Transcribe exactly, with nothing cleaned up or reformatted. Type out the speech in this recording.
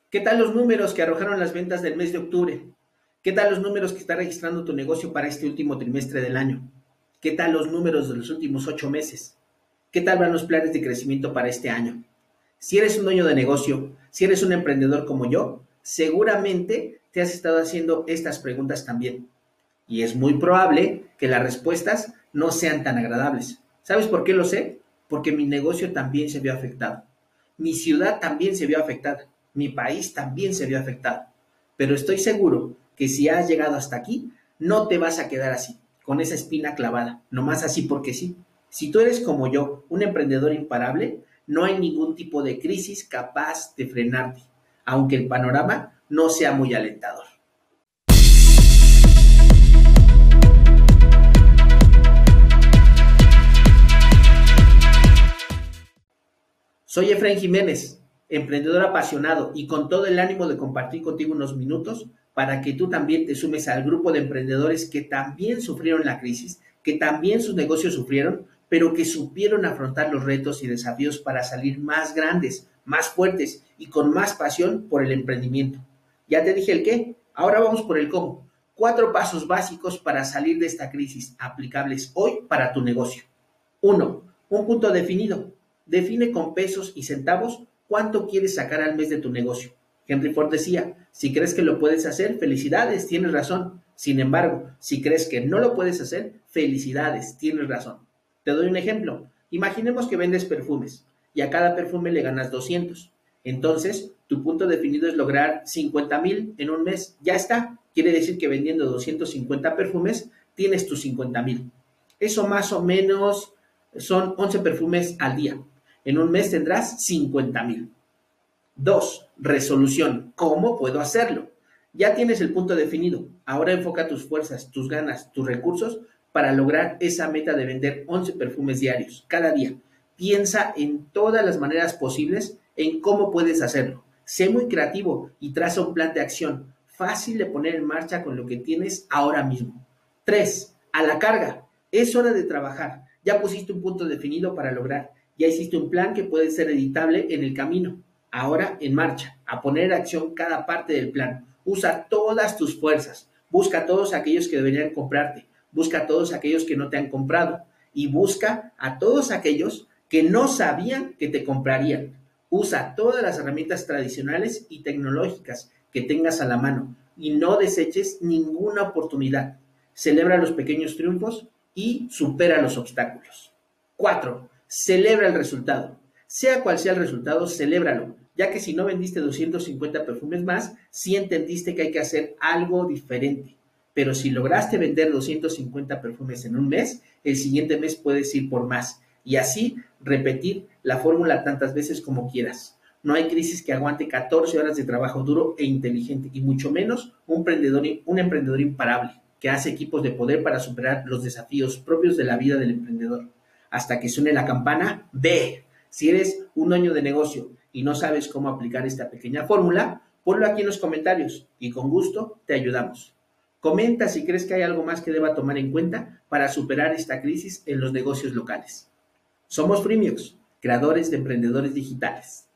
¿Qué tal los números que arrojaron las ventas del mes de octubre? ¿Qué tal los números que está registrando tu negocio para este último trimestre del año? ¿Qué tal los números de los últimos ocho meses? ¿Qué tal van los planes de crecimiento para este año? Si eres un dueño de negocio, si eres un emprendedor como yo, seguramente te has estado haciendo estas preguntas también. Y es muy probable que las respuestas no sean tan agradables. ¿Sabes por qué lo sé? Porque mi negocio también se vio afectado. Mi ciudad también se vio afectada. Mi país también se vio afectado. Pero estoy seguro que si has llegado hasta aquí, no te vas a quedar así, con esa espina clavada, nomás así porque sí. Si tú eres como yo, un emprendedor imparable, no hay ningún tipo de crisis capaz de frenarte, aunque el panorama no sea muy alentador. Soy Efraín Jiménez, emprendedor apasionado y con todo el ánimo de compartir contigo unos minutos para que tú también te sumes al grupo de emprendedores que también sufrieron la crisis, que también sus negocios sufrieron, pero que supieron afrontar los retos y desafíos para salir más grandes, más fuertes y con más pasión por el emprendimiento. Ya te dije el qué, ahora vamos por el cómo. Cuatro pasos básicos para salir de esta crisis aplicables hoy para tu negocio. Uno, un punto definido. Define con pesos y centavos cuánto quieres sacar al mes de tu negocio. Henry Ford decía, si crees que lo puedes hacer, felicidades, tienes razón. Sin embargo, si crees que no lo puedes hacer, felicidades, tienes razón. Te doy un ejemplo. Imaginemos que vendes perfumes y a cada perfume le ganas doscientos. Entonces, tu punto definido es lograr cincuenta mil en un mes. Ya está. Quiere decir que vendiendo doscientos cincuenta perfumes, tienes tus cincuenta mil. Eso más o menos son once perfumes al día. En un mes tendrás cincuenta mil. Dos, resolución. ¿Cómo puedo hacerlo? Ya tienes el punto definido. Ahora enfoca tus fuerzas, tus ganas, tus recursos para lograr esa meta de vender once perfumes diarios, cada día. Piensa en todas las maneras posibles en cómo puedes hacerlo. Sé muy creativo y traza un plan de acción fácil de poner en marcha con lo que tienes ahora mismo. Tres, a la carga. Es hora de trabajar. Ya pusiste un punto definido para lograr. Ya hiciste un plan que puede ser editable en el camino. Ahora en marcha, a poner en acción cada parte del plan. Usa todas tus fuerzas. Busca a todos aquellos que deberían comprarte. Busca a todos aquellos que no te han comprado. Y busca a todos aquellos que no sabían que te comprarían. Usa todas las herramientas tradicionales y tecnológicas que tengas a la mano. Y no deseches ninguna oportunidad. Celebra los pequeños triunfos y supera los obstáculos. Cuatro, celebra el resultado. Sea cual sea el resultado, celébralo, ya que si no vendiste doscientos cincuenta perfumes más, sí entendiste que hay que hacer algo diferente. Pero si lograste vender doscientos cincuenta perfumes en un mes, el siguiente mes puedes ir por más y así repetir la fórmula tantas veces como quieras. No hay crisis que aguante catorce horas de trabajo duro e inteligente y mucho menos un emprendedor, un emprendedor imparable que hace equipos de poder para superar los desafíos propios de la vida del emprendedor. Hasta que suene la campana, ve. Si eres un dueño de negocio y no sabes cómo aplicar esta pequeña fórmula, ponlo aquí en los comentarios y con gusto te ayudamos. Comenta si crees que hay algo más que deba tomar en cuenta para superar esta crisis en los negocios locales. Somos Freemiox, creadores de emprendedores digitales.